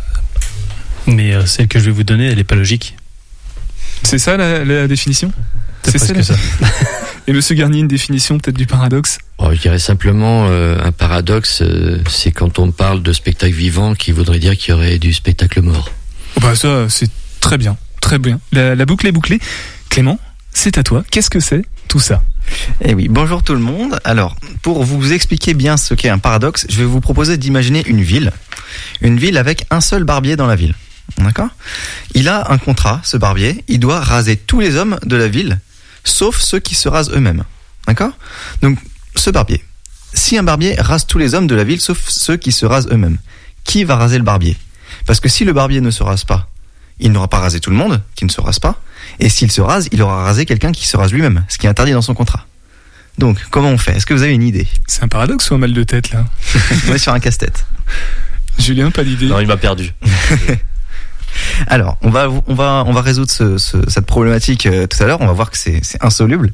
Mais celle que je vais vous donner, elle n'est pas logique. C'est ça la définition? C'est presque ça. Et Monsieur Garnier, une définition peut-être du paradoxe? Je dirais simplement un paradoxe, c'est quand on parle de spectacle vivant qui voudrait dire qu'il y aurait du spectacle mort. Ça, c'est très bien, très bien. La boucle est bouclée. Clément, c'est à toi. Qu'est-ce que c'est tout ça? Eh oui, bonjour tout le monde. Alors, pour vous expliquer bien ce qu'est un paradoxe, je vais vous proposer d'imaginer une ville avec un seul barbier dans la ville. D'accord? Il a un contrat, ce barbier, il doit raser tous les hommes de la ville, sauf ceux qui se rasent eux-mêmes. D'accord? Donc, ce barbier. Si un barbier rase tous les hommes de la ville, sauf ceux qui se rasent eux-mêmes, qui va raser le barbier? Parce que si le barbier ne se rase pas, il n'aura pas rasé tout le monde qui ne se rase pas. Et s'il se rase, il aura rasé quelqu'un qui se rase lui-même, ce qui est interdit dans son contrat. Donc, comment on fait? Est-ce que vous avez une idée? C'est un paradoxe ou un mal de tête, là? On est sur un casse-tête. Julien, pas d'idée? Non, il m'a perdu. Alors, on va résoudre cette problématique tout à l'heure. On va voir que c'est insoluble.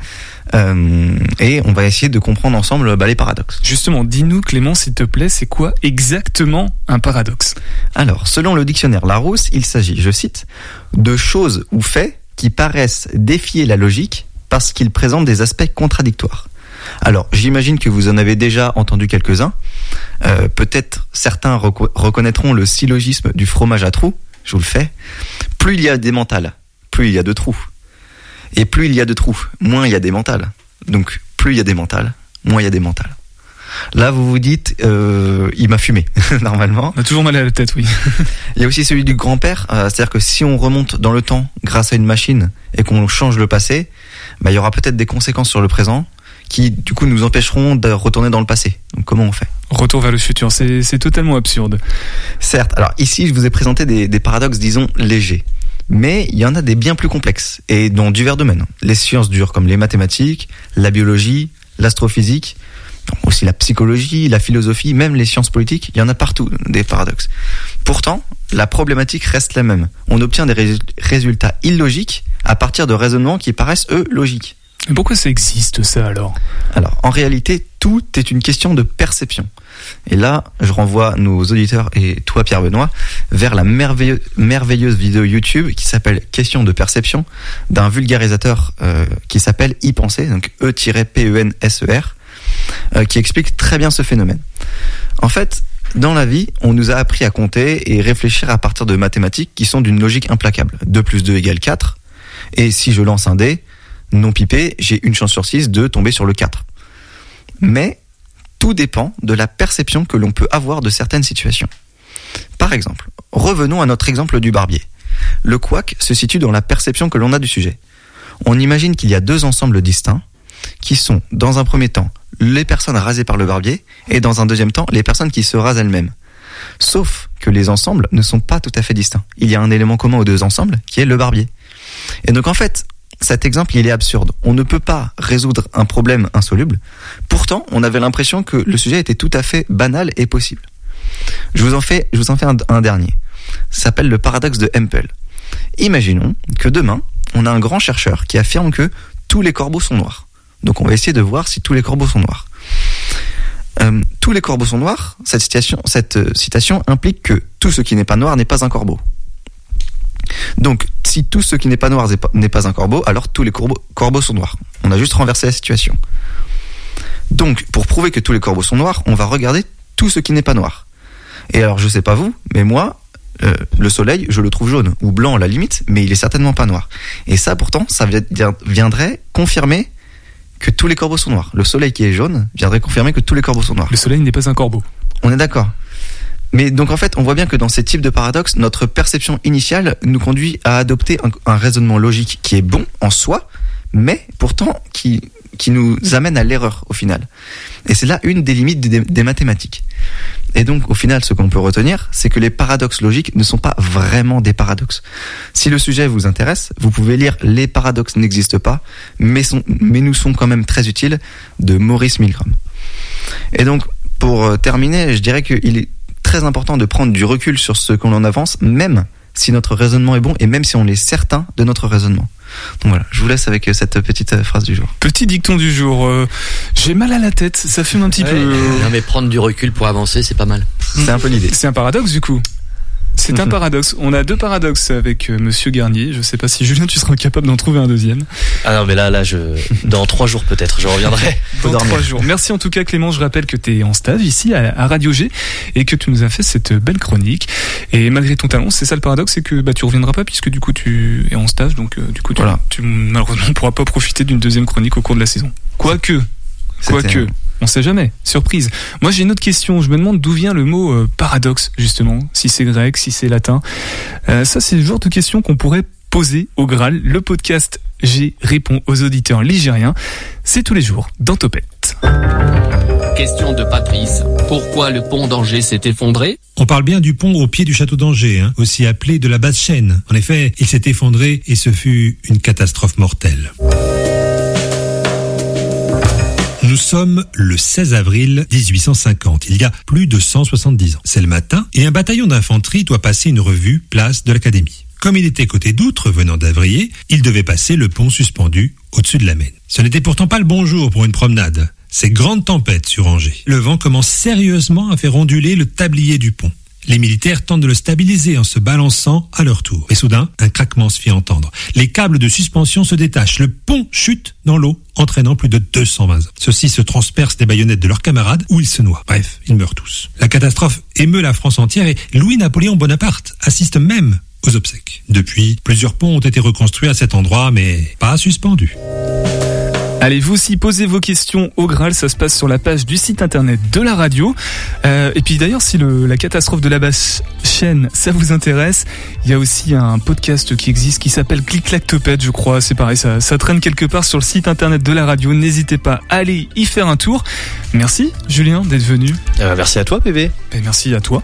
Et on va essayer de comprendre ensemble les paradoxes. Justement, dis-nous Clément, s'il te plaît, c'est quoi exactement un paradoxe? Alors, selon le dictionnaire Larousse, il s'agit, je cite, de choses ou faits qui paraissent défier la logique parce qu'ils présentent des aspects contradictoires. Alors, j'imagine que vous en avez déjà entendu quelques-uns. Peut-être certains reconnaîtront le syllogisme du fromage à trous. Je vous le fais. Plus il y a des mentales, plus il y a de trous. Et plus il y a de trous, moins il y a des mentales. Donc, plus il y a des mentales, moins il y a des mentales. Là, vous vous dites, il m'a fumé, normalement. On a toujours mal à la tête, oui. Il y a aussi celui du grand-père, c'est-à-dire que si on remonte dans le temps grâce à une machine et qu'on change le passé, il y aura peut-être des conséquences sur le présent qui, du coup, nous empêcheront de retourner dans le passé. Donc, comment on fait? Retour vers le futur, c'est totalement absurde. Certes. Alors, ici, je vous ai présenté des paradoxes, disons, légers. Mais il y en a des bien plus complexes, et dans divers domaines. Les sciences dures, comme les mathématiques, la biologie, l'astrophysique, aussi la psychologie, la philosophie, même les sciences politiques, il y en a partout, des paradoxes. Pourtant, la problématique reste la même. On obtient des résultats illogiques à partir de raisonnements qui paraissent, eux, logiques. Mais pourquoi ça existe ça alors ? Alors, en réalité, tout est une question de perception. Et là, je renvoie nos auditeurs et toi, Pierre-Benoît, vers la merveilleuse vidéo YouTube qui s'appelle Question de perception d'un vulgarisateur qui s'appelle Y-Penser, donc E-Penser, qui explique très bien ce phénomène. En fait, dans la vie, on nous a appris à compter et réfléchir à partir de mathématiques qui sont d'une logique implacable. 2 plus 2 égale 4. Et si je lance un dé non pipé, j'ai une chance sur 6 de tomber sur le 4. Mais tout dépend de la perception que l'on peut avoir de certaines situations. Par exemple, revenons à notre exemple du barbier. Le couac se situe dans la perception que l'on a du sujet. On imagine qu'il y a 2 ensembles distincts qui sont, dans un premier temps, les personnes rasées par le barbier et dans un deuxième temps, les personnes qui se rasent elles-mêmes. Sauf que les ensembles ne sont pas tout à fait distincts. Il y a un élément commun aux 2 ensembles qui est le barbier. Et donc en fait, cet exemple, il est absurde. On ne peut pas résoudre un problème insoluble. Pourtant, on avait l'impression que le sujet était tout à fait banal et possible. Je vous en fais un dernier. Ça s'appelle le paradoxe de Hempel. Imaginons que demain, on a un grand chercheur qui affirme que tous les corbeaux sont noirs. Donc on va essayer de voir si tous les corbeaux sont noirs. Tous les corbeaux sont noirs, cette citation implique que tout ce qui n'est pas noir n'est pas un corbeau. Donc, si tout ce qui n'est pas noir n'est pas un corbeau, alors tous les corbeaux sont noirs. On a juste renversé la situation. Donc, pour prouver que tous les corbeaux sont noirs, on va regarder tout ce qui n'est pas noir. Et alors, je sais pas vous, mais moi, le soleil, je le trouve jaune, ou blanc à la limite, mais il est certainement pas noir. Et ça, pourtant, ça viendrait confirmer que tous les corbeaux sont noirs. Le soleil qui est jaune viendrait confirmer que tous les corbeaux sont noirs. Le soleil n'est pas un corbeau. On est d'accord. Mais donc en fait, on voit bien que dans ces types de paradoxes, notre perception initiale nous conduit à adopter un raisonnement logique qui est bon en soi, mais pourtant qui nous amène à l'erreur au final. Et c'est là une des limites des mathématiques. Et donc au final, ce qu'on peut retenir, c'est que les paradoxes logiques ne sont pas vraiment des paradoxes. Si le sujet vous intéresse, vous pouvez lire Les paradoxes n'existent pas, mais nous sont quand même très utiles de Maurice Milgram. Et donc pour terminer, je dirais qu'il est très important de prendre du recul sur ce qu'on en avance, même si notre raisonnement est bon et même si on est certain de notre raisonnement. Donc voilà, je vous laisse avec cette petite phrase du jour. Petit dicton du jour. J'ai mal à la tête, ça fume un petit peu. Non mais prendre du recul pour avancer, c'est pas mal. C'est un peu l'idée. C'est un paradoxe du coup. C'est un paradoxe. On a 2 paradoxes avec Monsieur Garnier. Je sais pas si Julien, tu seras capable d'en trouver un deuxième. Ah non, mais là, dans 3 jours peut-être, je reviendrai. Dans 3 jours. Merci en tout cas Clément. Je rappelle que tu es en stage ici à Radio G et que tu nous as fait cette belle chronique. Et malgré ton talent, c'est ça le paradoxe, c'est que tu reviendras pas puisque du coup tu es en stage, donc du coup tu malheureusement pourras pas profiter d'une deuxième chronique au cours de la saison. Quoique. On sait jamais, surprise. Moi j'ai une autre question, je me demande d'où vient le mot paradoxe justement, si c'est grec, si c'est latin. Ça c'est le genre de question qu'on pourrait poser au Graal. Le podcast G répond aux auditeurs ligériens, c'est tous les jours dans Topette. Question de Patrice, pourquoi le pont d'Angers s'est effondré ? On parle bien du pont au pied du château d'Angers, aussi appelé de la basse chaîne. En effet, il s'est effondré et ce fut une catastrophe mortelle. Nous sommes le 16 avril 1850, il y a plus de 170 ans. C'est le matin et un bataillon d'infanterie doit passer une revue place de l'Académie. Comme il était côté d'outre venant d'Avrier, il devait passer le pont suspendu au-dessus de la Maine. Ce n'était pourtant pas le bon jour pour une promenade. C'est grande tempête sur Angers. Le vent commence sérieusement à faire onduler le tablier du pont. Les militaires tentent de le stabiliser en se balançant à leur tour. Et soudain, un craquement se fit entendre. Les câbles de suspension se détachent. Le pont chute dans l'eau, entraînant plus de 220 hommes. Ceux-ci se transpercent des baïonnettes de leurs camarades ou ils se noient. Bref, ils meurent tous. La catastrophe émeut la France entière et Louis-Napoléon Bonaparte assiste même aux obsèques. Depuis, plusieurs ponts ont été reconstruits à cet endroit, mais pas suspendus. Allez, vous aussi, posez vos questions au Graal, ça se passe sur la page du site internet de la radio. Et puis d'ailleurs, si la catastrophe de la basse chaîne, ça vous intéresse, il y a aussi un podcast qui existe qui s'appelle Clic-Clac Topette, je crois, c'est pareil, ça traîne quelque part sur le site internet de la radio, n'hésitez pas à aller y faire un tour. Merci Julien d'être venu. Merci à toi PV. Et merci à toi.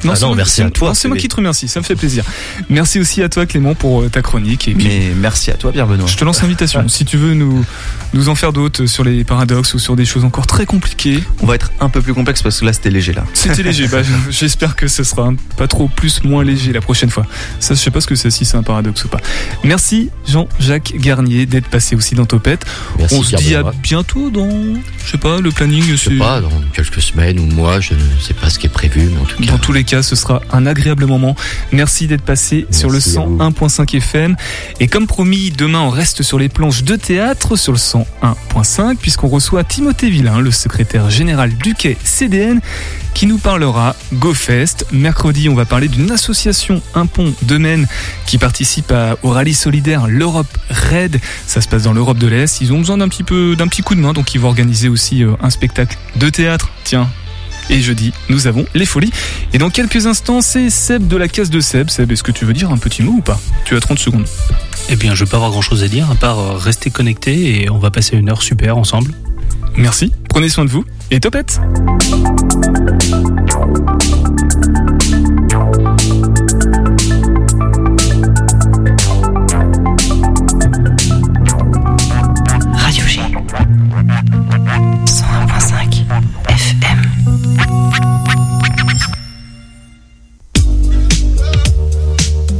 merci à toi. C'est moi qui te remercie, ça me fait plaisir. Merci aussi à toi Clément pour ta chronique. Et puis, mais merci à toi Pierre Benoît. Je te lance l'invitation. Si tu veux nous en faire d'autres sur les paradoxes ou sur des choses encore très compliquées. On va être un peu plus complexe parce que là c'était léger là. C'était léger. J'espère que ce sera pas trop moins léger la prochaine fois. Ça, je sais pas si c'est un paradoxe ou pas. Merci Jean-Jacques Garnier d'être passé aussi dans Topette. Merci, on se dit à bientôt dans, je sais pas, le planning. Je sais pas, dans quelques semaines ou mois, je ne sais pas ce qui est prévu, mais en tout cas. Dans tous les cas, ce sera un agréable moment. Merci d'être passé sur le 101.5 FM. Et comme promis, demain, on reste sur les planches de théâtre sur le 101.5 puisqu'on reçoit Timothée Villain, le secrétaire général du Quai CDN, qui nous parlera GoFest. Mercredi, on va parler d'une association Un Pont de Maine qui participe au rallye solidaire l'Europe Raid. Ça se passe dans l'Europe de l'Est. Ils ont besoin d'un petit coup de main, donc ils vont organiser aussi un spectacle de théâtre. Tiens. Et jeudi, nous avons les folies. Et dans quelques instants, c'est Seb de la case de Seb. Seb, est-ce que tu veux dire un petit mot ou pas ? Tu as 30 secondes. Eh bien, je ne vais pas avoir grand-chose à dire, à part rester connecté et on va passer une heure super ensemble. Merci, prenez soin de vous et Topette.